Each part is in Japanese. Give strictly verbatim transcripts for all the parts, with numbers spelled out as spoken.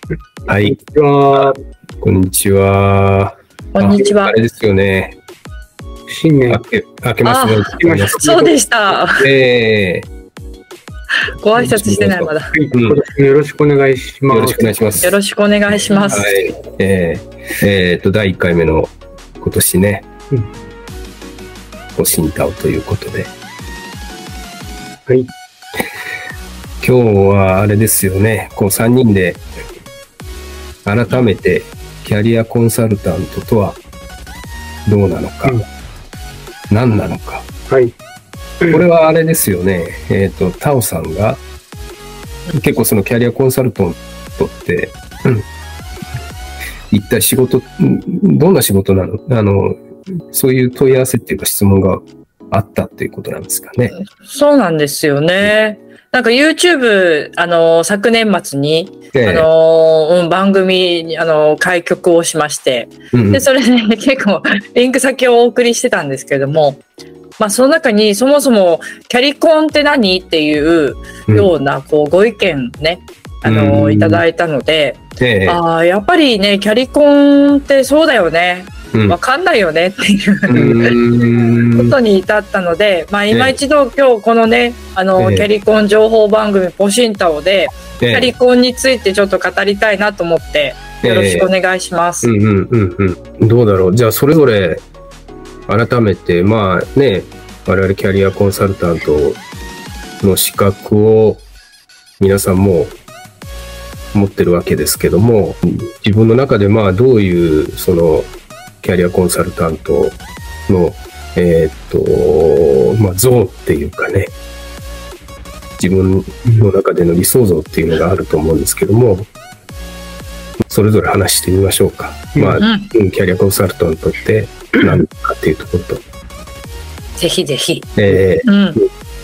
はい。 こんにちは。 こんにちは。 こんにちは。 あれですよね。 新年明け、明けましておめでとうございます。 そうでした。 えー、 ご挨拶してないまだ。 うん、今年もよろしくお願いします。 よろしくお願いします。 よろしくお願いします。 はい。えー、えー、と、だいいっかいめの今年ね、 うん、 ご神道ということで。 はい。 今日はあれですよね、こうさんにんで改めてキャリアコンサルタントとはどうなのか、うん、何なのか。 はい。 これはあれですよね、えっと、タオさんが結構そのキャリアコンサルタントって、うん、一体仕事、どんな仕事なの？あの、そういう問い合わせっていうか質問があったっていうことなんですかね。 そうなんですよね。なんか YouTube、あの、昨年末に、ええ、あの、うん、番組、あの、開局をしまして、うん、で、それで、ね、結構、リンク先をお送りしてたんですけれども、まあ、その中に、そもそも、キャリコンって何っていうような、こう、ご意見ね、あの、うん、いただいたので、ええ、ああ、やっぱりね、キャリコンってそうだよね。わかんないよねっていうことに至ったので、まあ今一度今日このね、あの、キャリコン情報番組ポシンタオで、キャリコンについてちょっと語りたいなと思って、よろしくお願いします。 うんうんうんうん。どうだろう。じゃあそれぞれ改めて、まあね、我々キャリアコンサルタントの資格を皆さんも持ってるわけですけども、自分の中でまあどういうそのキャリアコンサルタントの、えー、っと、まあ、像っていうかね、自分の中での理想像っていうのがあると思うんですけども、それぞれ話してみましょうか。うん、まあ、うん、キャリアコンサルタントって何かっていうところと。 ぜひぜひ。 えー、うん、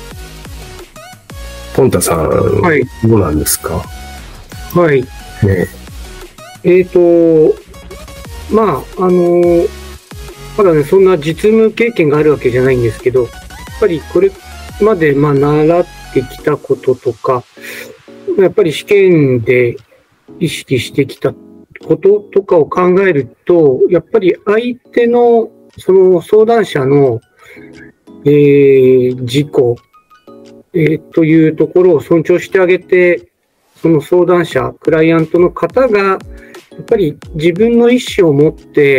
ポンタさん、はい、どうなんですか？ はい。ね、えっと、まあ、あのー、まだね、そんな実務経験があるわけじゃないんですけど、やっぱりこれまで、まあ、習ってきたこととか、やっぱり試験で意識してきたこととかを考えると、やっぱり相手の、その相談者の、えー、自己、えー、というところを尊重してあげて、その相談者、クライアントの方が、やっぱり自分の意思を持って、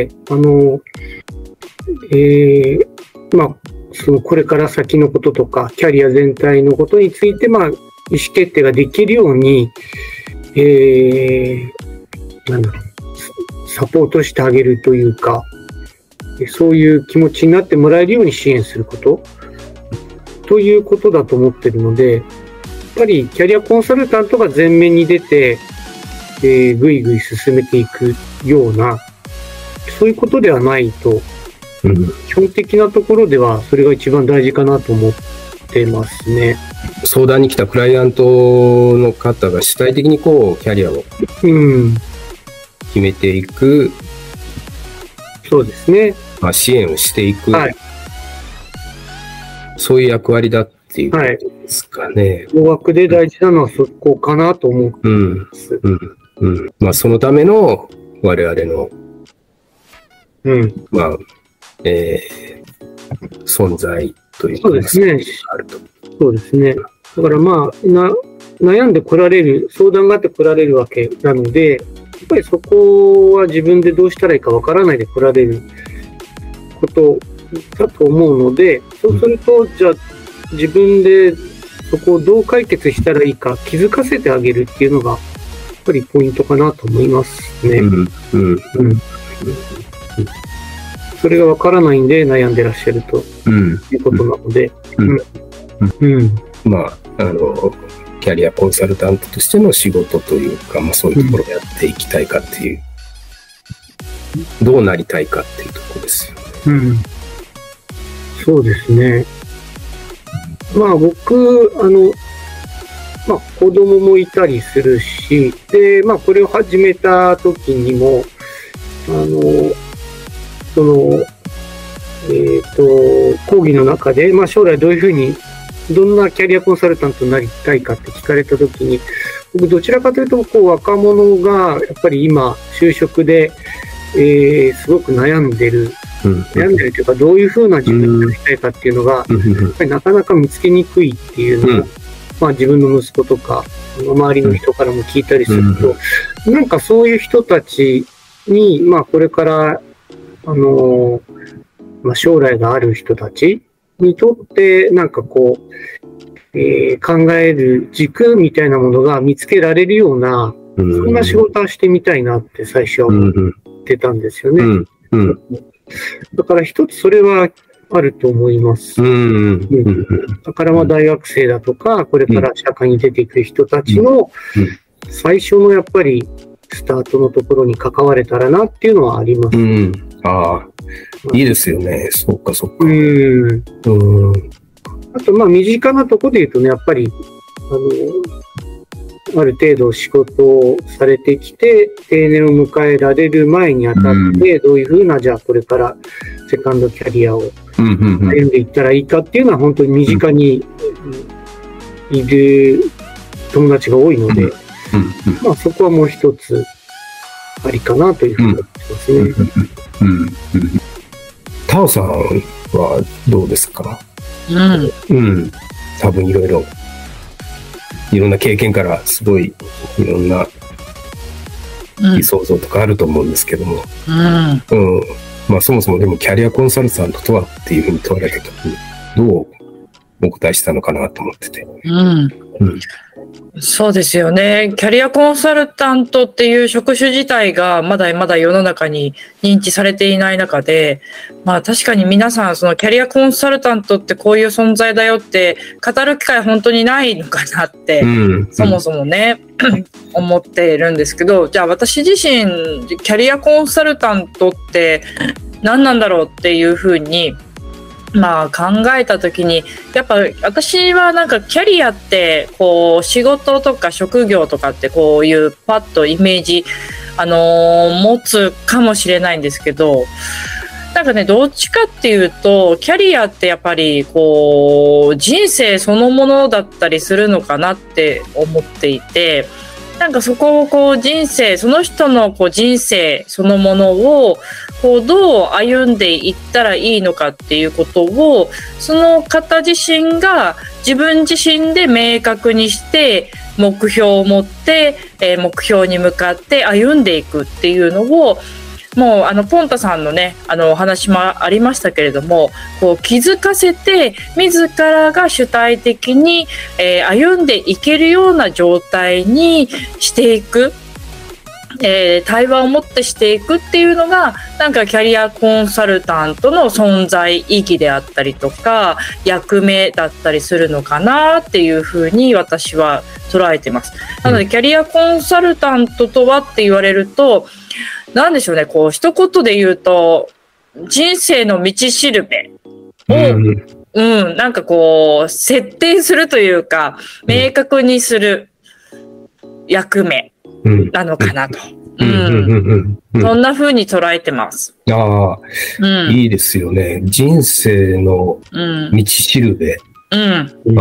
あの、えー、まあ、そのこれから先のこととか、キャリア全体のことについて、まあ、意思決定ができるように、えー、なんだろう、サポートしてあげるというか、そういう気持ちになってもらえるように支援すること、ということだと思ってるので、やっぱりキャリアコンサルタントが前面に出て、えー、ぐいぐい進めていくような、そういうことではないと、うん、基本的なところではそれが一番大事かなと思ってますね。 相談に来たクライアントの方が主体的にこうキャリアを決めていく、うん、 そうですね。 まあ、支援をしていく、はい、そういう役割だっていうことですかね。 大枠で大事なのはそこかなと思ってます。 うんうんうん、まあ、そのための我々の、 うん、 まあ、えー、存在というか、 そうですね。 あると。 そうですね。だからまあ、な、悩んで来られる、相談があって来られるわけなので、やっぱりそこは自分でどうしたらいいかわからないで来られることだと思うので、そうすると、うん、じゃあ自分でそこをどう解決したらいいか気づかせてあげるっていうのが、やっぱりポイントかなと思いますね。うんうんうん、それがわからないんで悩んでらっしゃるということなので、 うんうんうん、まああのキャリアコンサルタントとしての仕事というか、まあ、そういうところをやっていきたいかっていう、うん、どうなりたいかっていうところですよね。 うん、そうですね。まあ僕あのまあ、子供もいたりするし、で、まあ、これを始めた時にも、あの、その、えっと、講義の中で、まあ、将来どういうふうに、どんなキャリアコンサルタントになりたいかって聞かれた時に、 僕どちらかというと、こう、若者が、やっぱり今、就職で、えー、すごく悩んでる、うん、悩んでるというか、どういうふうな自分になりたいかっていうのが、うん、やっぱりなかなか見つけにくいっていうのを、うん、まあ自分の息子とか、周りの人からも聞いたりすると、うん、なんかそういう人たちに、まあこれから、あのー、まあ将来がある人たちにとって、なんかこう、えー、考える軸みたいなものが見つけられるような、そんな仕事はしてみたいなって最初は思ってたんですよね。うんうん、だから一つそれはあると思います。うんうん、だからまあ大学生だとか、これから社会に出ていく人たちの最初のやっぱりスタートのところに関われたらなっていうのはあります。うん、 ああ、いいですよね。そっかそっか。 うん。うん、あとまあ身近なところで言うとね、やっぱり、あの、ある程度仕事をされてきて、定年を迎えられる前にあたって、どういうふうな、じゃあこれからセカンドキャリアを歩んでいったらいいかっていうのは本当に身近にいる友達が多いので、まあそこはもう一つありかなというふうに思ってますね。 タオさんはどうですか？ うん。 うん。多分いろいろ。いろんな経験からすごいいろんな理想像とかあると思うんですけども、うんうん、まあそもそもでもキャリアコンサルタントとはっていうふうに問われたときにどうお答えしたのかなと思ってて、 うんうん、そうですよね。キャリアコンサルタントっていう職種自体がまだまだ世の中に認知されていない中で、まあ確かに皆さんそのキャリアコンサルタントってこういう存在だよって語る機会本当にないのかなって、うん、そもそもね思っているんですけど、じゃあ私自身キャリアコンサルタントって何なんだろうっていうふうにまあ考えた時にやっぱ私はなんかキャリアってこう仕事とか職業とかってこういうパッとイメージあのー、持つかもしれないんですけど、なんかねどっちかっていうとキャリアってやっぱりこう人生そのものだったりするのかなって思っていて、なんかそこをこう人生その人のこう人生そのものをこうどう歩んでいったらいいのかっていうことをその方自身が自分自身で明確にして目標を持って、えー、目標に向かって歩んでいくっていうのをもうあのポンタさんのねあのお話もありましたけれども、こう気づかせて自らが主体的に、えー、歩んでいけるような状態にしていく、えー、対話を持ってしていくっていうのがなんかキャリアコンサルタントの存在意義であったりとか役目だったりするのかなっていうふうに私は捉えてます。なのでキャリアコンサルタントとはって言われるとなんでしょうね、こう一言で言うと人生の道しるべを、うんうん、なんかこう設定するというか明確にする役目なのかなと、うんうん、そんな風に捉えてます。 ああ、うん、いいですよね。人生の道しるべ、うんうん、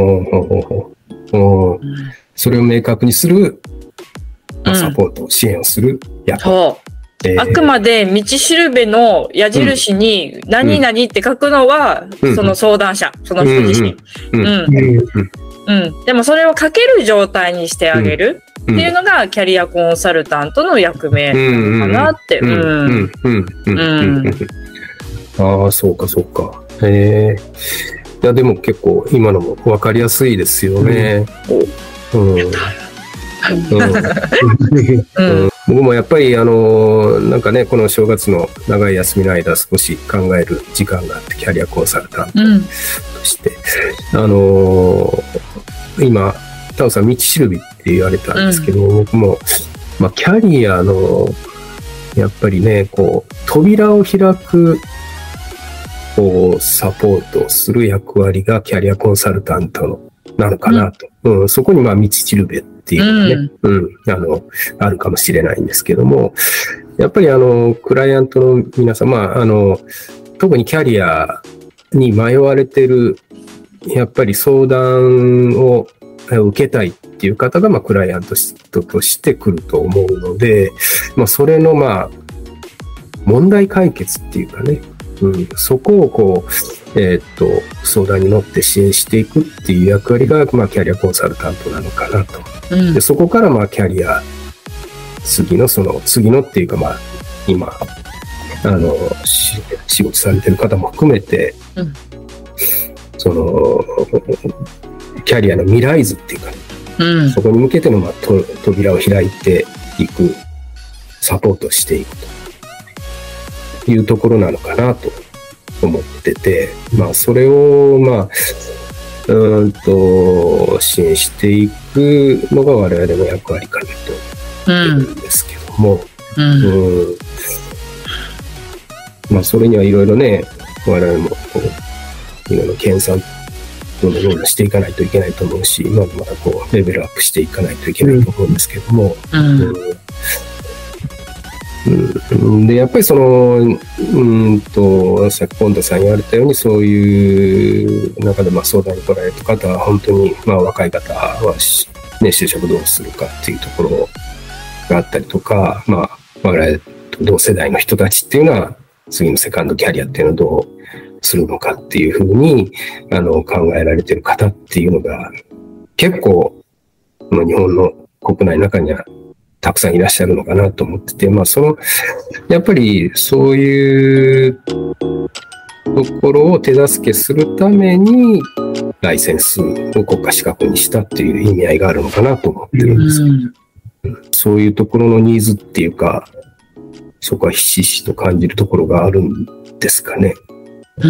あそれを明確にするサポート、うん、支援をする役目。 えー、あくまで道しるべの矢印に何々って書くのは、うん、その相談者、うん、その人自身。でもそれを書ける状態にしてあげるっていうのがキャリアコンサルタントの役目なのかなって。 ああ、そうかそうか。へえ。いやでも結構今のも分かりやすいですよね。うんうんうん、僕もやっぱりあのなんかねこの正月の長い休みの間少し考える時間があってキャリアコンサルタントとして、うん、あの今タオさん道しるべって言われたんですけど、うん、僕も、まあ、キャリアのやっぱりねこう扉を開くこうサポートする役割がキャリアコンサルタントのなのかなと、うんうん、そこにまあ道しるべっていうのね、うん、うん、あの、あるかもしれないんですけども、やっぱりあの、クライアントの皆さん、まあ、あの、特にキャリアに迷われてる、やっぱり相談を受けたいってっていう方が、まあ、クライアントとして来ると思うので、まあ、それの、まあ、問題解決っていうかね、うん、そこをこう、えー、っと、相談に乗って支援していくっていう役割が、まあ、キャリアコンサルタントなのかなと。うん、でそこから、まあ、キャリア、次の、その、次のっていうか、まあ、今、あの、仕事されてる方も含めて、うん、その、キャリアの未来図っていうか、ね、うん、そこに向けての、まあ、と扉を開いていく、サポートしていくというところなのかなと思ってて、まあ、それを、まあ、うーんと、支援していくのが我々の役割かなと思ってるんですけども、うんうんうん、まあ、それにはいろいろね、我々もこういろいろ研鑽どんどんどんどんしていかないといけないと思うし、まだまだこうレベルアップしていかないといけないと思うんですけども、うんうん、でやっぱりそのうんとさっきポンタさん言われたようにそういう中でまあ相談に来られる方は本当にまあ若い方は、ね、就職どうするかっていうところがあったりとか、まあ我々と同世代の人たちっていうのは次のセカンドキャリアっていうのをどうするのかっていうふうにあの考えられている方っていうのが結構日本の国内の中にはたくさんいらっしゃるのかなと思ってて、まあそのやっぱりそういうところを手助けするためにライセンスを国家資格にしたっていう意味合いがあるのかなと思ってるんですけど、うん、そういうところのニーズっていうかそこはひしひしと感じるところがあるんですかね。 うん、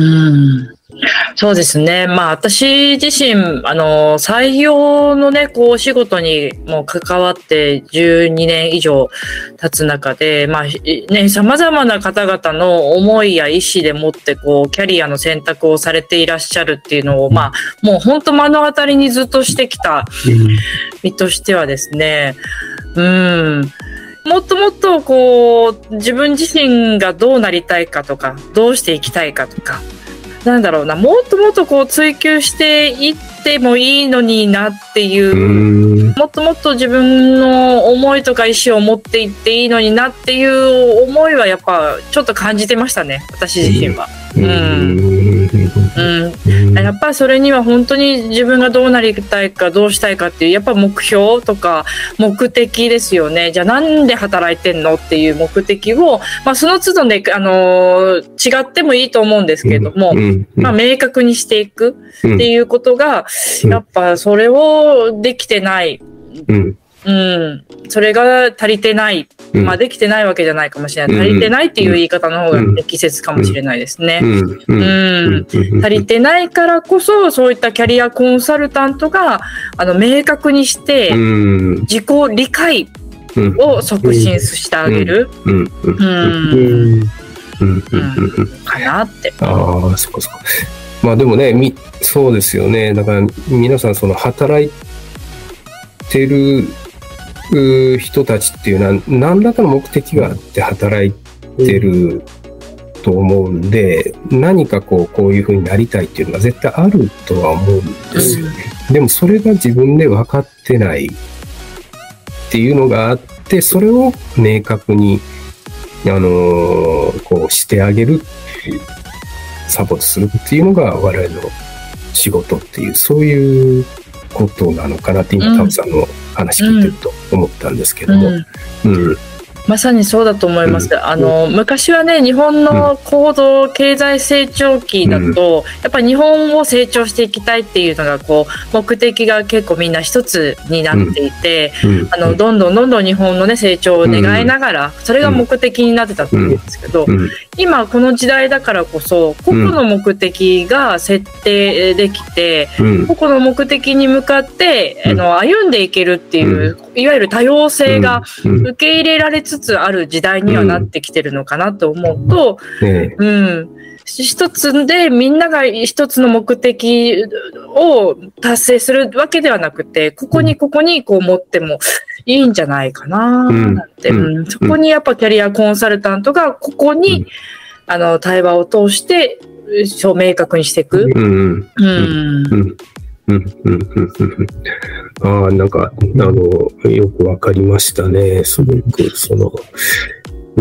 そうですね。まあ私自身、あの、採用のね、こう、お仕事にも関わってじゅうにねん以上経つ中で、まあね、様々な方々の思いや意思でもって、こう、キャリアの選択をされていらっしゃるっていうのを、まあ、もう本当目の当たりにずっとしてきた身としてはですね、うん、もっともっとこう自分自身がどうなりたいかとかどうしていきたいかとかなんだろうなもっともっとこう追求していってもいいのになっていうもっともっと自分の思いとか意思を持っていっていいのになっていう思いはやっぱちょっと感じてましたね私自身は。うんうん、やっぱりそれには本当に自分がどうなりたいかどうしたいかっていうやっぱ目標とか目的ですよね。じゃあなんで働いてんのっていう目的を、まあ、その都度ね、あのー、違ってもいいと思うんですけれども、まあ、明確にしていくっていうことがやっぱそれをできてない、うんうん、それが足りてない、まあできてないわけじゃないかもしれない。足りてないっていう言い方の方が適切かもしれないですね。うん、足りてないからこそ、そういったキャリアコンサルタントが、あの、明確にして、自己理解を促進してあげる。うん。かなって。 ああ、そこそこ。まあでもね、み、そうですよね。だから皆さんその働いてる人たちっていうのは何らかの目的があって働いてると思うんで、何かこうこういう風になりたいっていうのが絶対あるとは思うんですよね。でもそれが自分で分かってないっていうのがあって、それを明確にあのー、こうしてあげる、サポートするっていうのが我々の仕事っていうそういうことなのかなって今タムさんの話聞いてると思ったんですけども、うんうんうん、 まさにそうだと思います、うん、あの昔はね日本の高度経済成長期だと、うん、やっぱり日本を成長していきたいっていうのがこう目的が結構みんな一つになっていて、うん、あのどんどんどんどん日本のね成長を願いながらそれが目的になってたと思うんですけど、うんうん、今この時代だからこそ個々の目的が設定できて、うん、個々の目的に向かって、うん、あの歩んでいけるっていう、うん、いわゆる多様性が受け入れられつつある時代にはなってきてるのかなと思うと、うんうん、一つでみんなが一つの目的を達成するわけではなくてここにここにこう持ってもいいんじゃないかななんて、うんうん、そこにやっぱキャリアコンサルタントがここに、うん、あの対話を通して明確にしていく。うんうんうんうんうんうんああ、なんか、あの、よくわかりましたね。すごく、その、うん。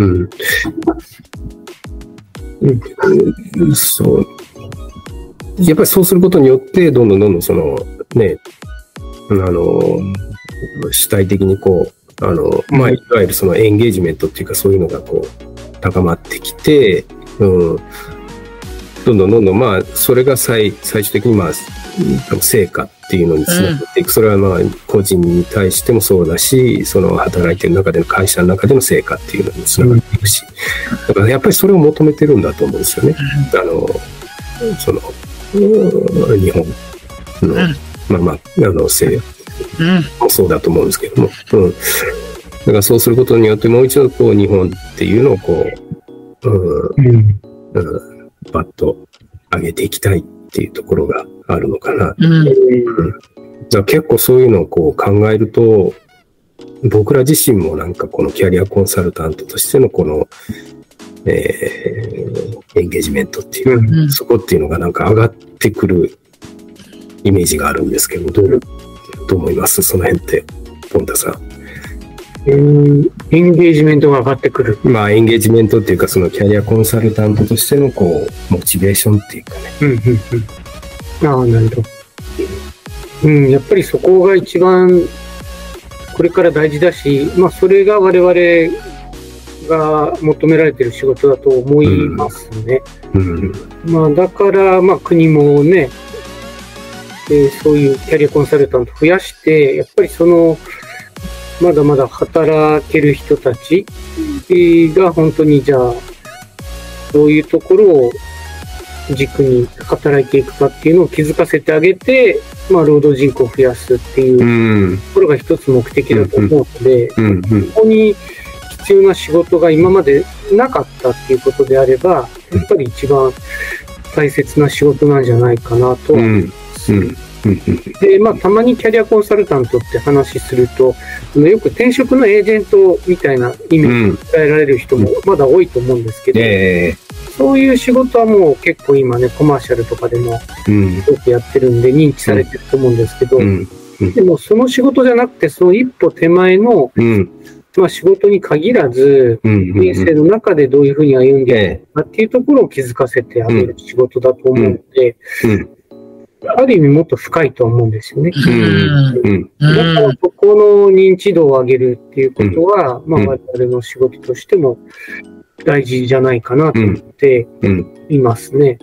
うん、そう。やっぱりそうすることによって、どんどんどんどんその、ね、あの、主体的にこう、あの、まあ、いわゆるそのエンゲージメントっていうかそういうのがこう、高まってきて、うん。どんどんどんどん、まあ、それが最、最終的にまあ、成果っていうのにつながっていく。うん、それはまあ、個人に対してもそうだし、その働いてる中での会社の中での成果っていうのにつながっていくし。だからやっぱりそれを求めてるんだと思うんですよね。うん、あの、その、日本の、うん、まあまあ、あの、せいもそうだと思うんですけども。うん。だからそうすることによってもう一度こう、日本っていうのをこう、うん、うんバッと上げていきたいっていうところがあるのかな。うんうん、だから結構そういうのをこう考えると、僕ら自身もなんかこのキャリアコンサルタントとしてのこの、えー、エンゲージメントっていう、うん、そこっていうのがなんか上がってくるイメージがあるんですけど、どう、どう思います？その辺って、ポンタさん。 エンゲージメントが上がってくる。 まあ、エンゲージメントっていうか、そのキャリアコンサルタントとしての、こう、モチベーションっていうかね。 うん、うん、うん。ああ、なるほど。うん、やっぱりそこが一番、これから大事だし、まあ、それが我々が求められている仕事だと思いますね。うん。うん、まあ、だから、まあ、国もね、えー、そういうキャリアコンサルタント増やして、やっぱりその、まだまだ働ける人たちが本当にじゃあどういうところを軸に働いていくかっていうのを気づかせてあげて、まあ、労働人口を増やすっていうところが一つ目的だと思うので、ここに必要な仕事が今までなかったっていうことであれば、やっぱり一番大切な仕事なんじゃないかなと思います。で、まあ、たまにキャリアコンサルタントって話すると、よく転職のエージェントみたいな意味に伝えられる人もまだ多いと思うんですけど、うんえー、そういう仕事はもう結構今ね、コマーシャルとかでもよくやってるんで認知されてると思うんですけど、うんうん、でもその仕事じゃなくて、その一歩手前の、うんまあ、仕事に限らず、人生の中でどういうふうに歩んでいくかっていうところを気づかせてあげる仕事だと思うので、ある意味もっと深いと思うんですよね。うん、だからそこの認知度を上げるっていうことは、うん、まあ我々の仕事としても大事じゃないかなと思っていますね。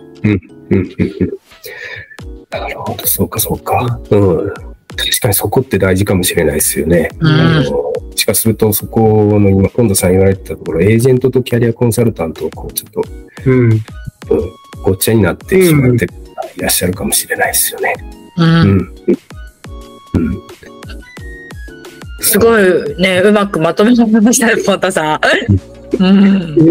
なるほど、そうかそうか。うん、確かにそこって大事かもしれないですよね。うん、あのしかするとそこの今今度さん言われてたところ、エージェントとキャリアコンサルタントをこうちょっと、うんうん、ごっちゃになってしまって、うんいらっしゃるかもしれないですよね。うん。うん。 うん、すごいね、うまくまとめられましたね、ポンタさん。うん。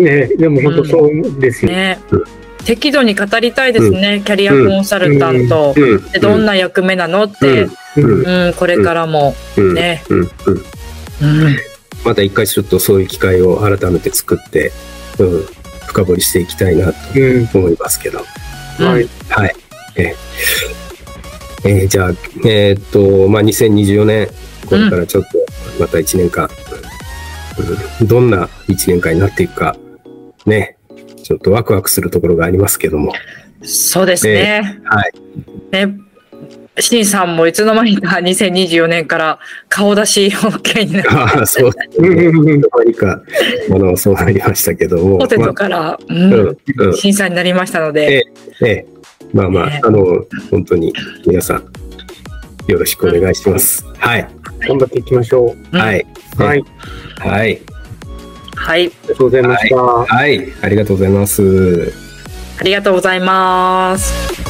ね、でも本当そうですよ。うん、ね。 適度に語りたいですね、うん、キャリアコンサルタント、うん、でどんな役目なのって、うんうん、これからもね。うんうんうんうん、また一回ちょっとそういう機会を改めて作って、うん、深掘りしていきたいなと思いますけど。うん、はい。はい。えーえー、じゃあ、えー、っと、まあ、にせんにじゅうよねん、これからちょっとまたいちねんかん、うん、どんないちねんかんになっていくか、ね、ちょっとワクワクするところがありますけども。 そうですね。 えー、はい。 ね、シンさんもいつの間にかにせんにじゅうよねんから顔出し OK になって。ああ、そう。 何か、あの、そうなりましたけども。 ポテトから、まあ、うん、うん、審査になりましたので。 えーえーまあまあ、ね、あの、本当に皆さん、よろしくお願いします。うん、はい。 頑張っていきましょう。はい。 はい。 はい。 はい。 ありがとうございました。 はい。はい、ありがとうございます。 ありがとうございます。